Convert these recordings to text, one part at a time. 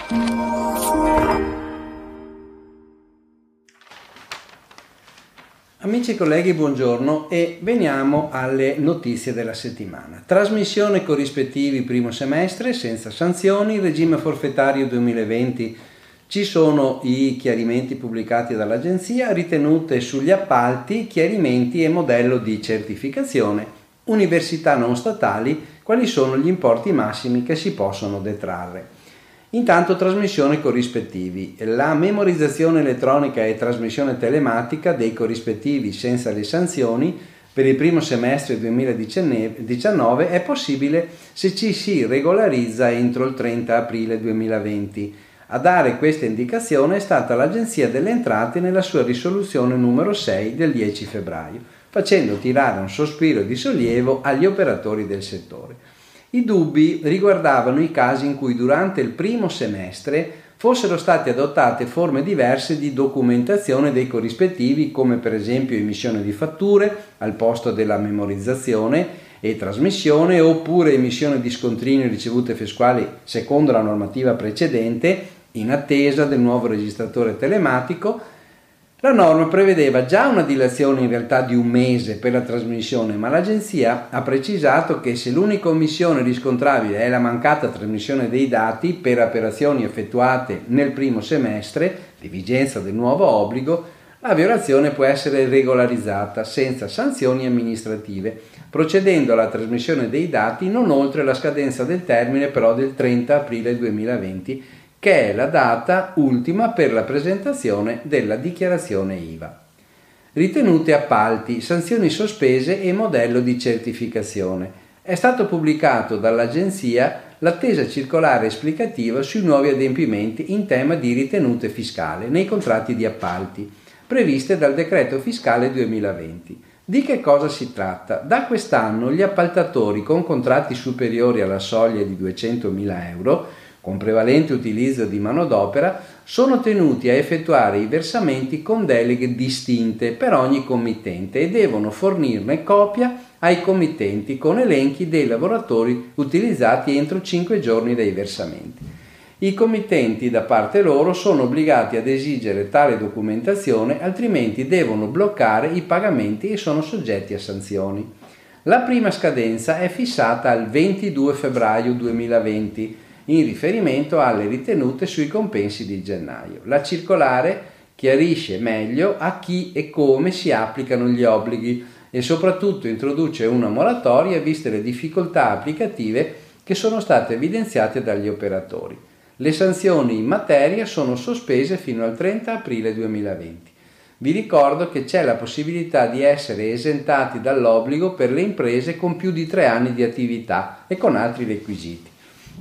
Amici e colleghi, buongiorno e veniamo alle notizie della settimana. Trasmissione corrispettivi primo semestre senza sanzioni, regime forfettario 2020. Ci sono i chiarimenti pubblicati dall'agenzia, ritenute sugli appalti, chiarimenti e modello di certificazione. Università non statali, quali sono gli importi massimi che si possono detrarre. Intanto trasmissione corrispettivi. La memorizzazione elettronica e trasmissione telematica dei corrispettivi senza le sanzioni per il primo semestre 2019 è possibile se ci si regolarizza entro il 30 aprile 2020. A dare questa indicazione è stata l'Agenzia delle Entrate nella sua risoluzione numero 6 del 10 febbraio, facendo tirare un sospiro di sollievo agli operatori del settore. I dubbi riguardavano i casi in cui durante il primo semestre fossero state adottate forme diverse di documentazione dei corrispettivi, come per esempio emissione di fatture al posto della memorizzazione e trasmissione, oppure emissione di scontrini e ricevute fiscali secondo la normativa precedente, in attesa del nuovo registratore telematico. La norma prevedeva già una dilazione in realtà di un mese per la trasmissione, ma l'agenzia ha precisato che se l'unica omissione riscontrabile è la mancata trasmissione dei dati per operazioni effettuate nel primo semestre, di vigenza del nuovo obbligo, la violazione può essere regolarizzata senza sanzioni amministrative, procedendo alla trasmissione dei dati non oltre la scadenza del termine però del 30 aprile 2020, che è la data ultima per la presentazione della dichiarazione IVA. Ritenute appalti, sanzioni sospese e modello di certificazione. È stato pubblicato dall'agenzia l'attesa circolare esplicativa sui nuovi adempimenti in tema di ritenute fiscale nei contratti di appalti, previste dal decreto fiscale 2020. Di che cosa si tratta? Da quest'anno gli appaltatori con contratti superiori alla soglia di 200.000 euro con prevalente utilizzo di manodopera, sono tenuti a effettuare i versamenti con deleghe distinte per ogni committente e devono fornirne copia ai committenti con elenchi dei lavoratori utilizzati entro 5 giorni dai versamenti. I committenti da parte loro sono obbligati ad esigere tale documentazione, altrimenti devono bloccare i pagamenti e sono soggetti a sanzioni. La prima scadenza è fissata al 22 febbraio 2020, in riferimento alle ritenute sui compensi di gennaio. La circolare chiarisce meglio a chi e come si applicano gli obblighi e soprattutto introduce una moratoria viste le difficoltà applicative che sono state evidenziate dagli operatori. Le sanzioni in materia sono sospese fino al 30 aprile 2020. Vi ricordo che c'è la possibilità di essere esentati dall'obbligo per le imprese con più di 3 anni di attività e con altri requisiti.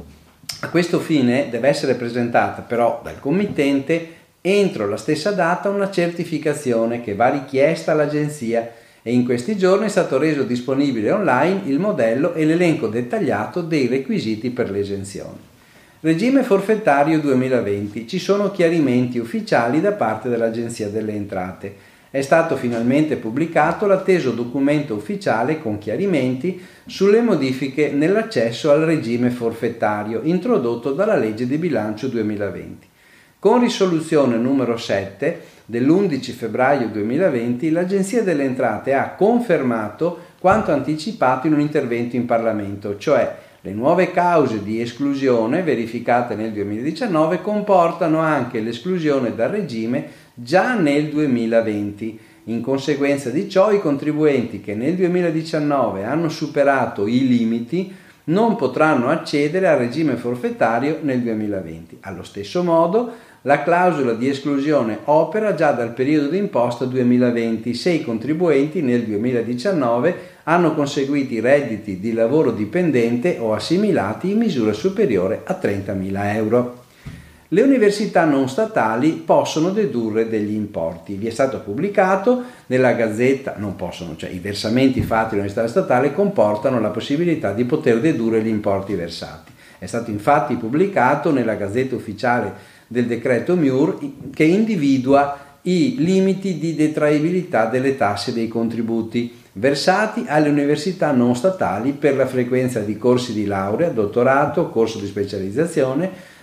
A questo fine deve essere presentata però dal committente entro la stessa data una certificazione che va richiesta all'agenzia e in questi giorni è stato reso disponibile online il modello e l'elenco dettagliato dei requisiti per l'esenzione. Regime forfettario 2020. Ci sono chiarimenti ufficiali da parte dell'Agenzia delle Entrate. È stato finalmente pubblicato l'atteso documento ufficiale con chiarimenti sulle modifiche nell'accesso al regime forfettario introdotto dalla legge di bilancio 2020. Con risoluzione numero 7 dell'11 febbraio 2020 l'Agenzia delle Entrate ha confermato quanto anticipato in un intervento in Parlamento, cioè le nuove cause di esclusione verificate nel 2019 comportano anche l'esclusione dal regime già nel 2020. In conseguenza di ciò, i contribuenti che nel 2019 hanno superato i limiti non potranno accedere al regime forfettario nel 2020. Allo stesso modo, la clausola di esclusione opera già dal periodo d'imposta 2020 se i contribuenti nel 2019 hanno conseguito redditi di lavoro dipendente o assimilati in misura superiore a 30.000 euro. Le università non statali possono dedurre degli importi. Vi è stato pubblicato nella Gazzetta, non possono, cioè i versamenti fatti all'università statale comportano la possibilità di poter dedurre gli importi versati. È stato infatti pubblicato nella Gazzetta Ufficiale del decreto MIUR che individua i limiti di detraibilità delle tasse dei contributi versati alle università non statali per la frequenza di corsi di laurea, dottorato, corso di specializzazione,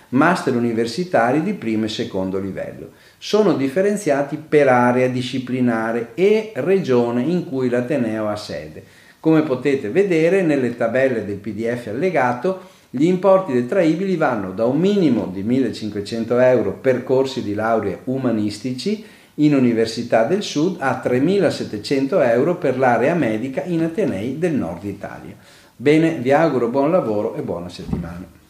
master universitari di primo e secondo livello. Sono differenziati per area disciplinare e regione in cui l'ateneo ha sede. Come potete vedere nelle tabelle del PDF allegato, gli importi detraibili vanno da un minimo di 1.500 euro per corsi di laurea umanistici in Università del Sud a 3.700 euro per l'area medica in atenei del Nord Italia. Bene, vi auguro buon lavoro e buona settimana.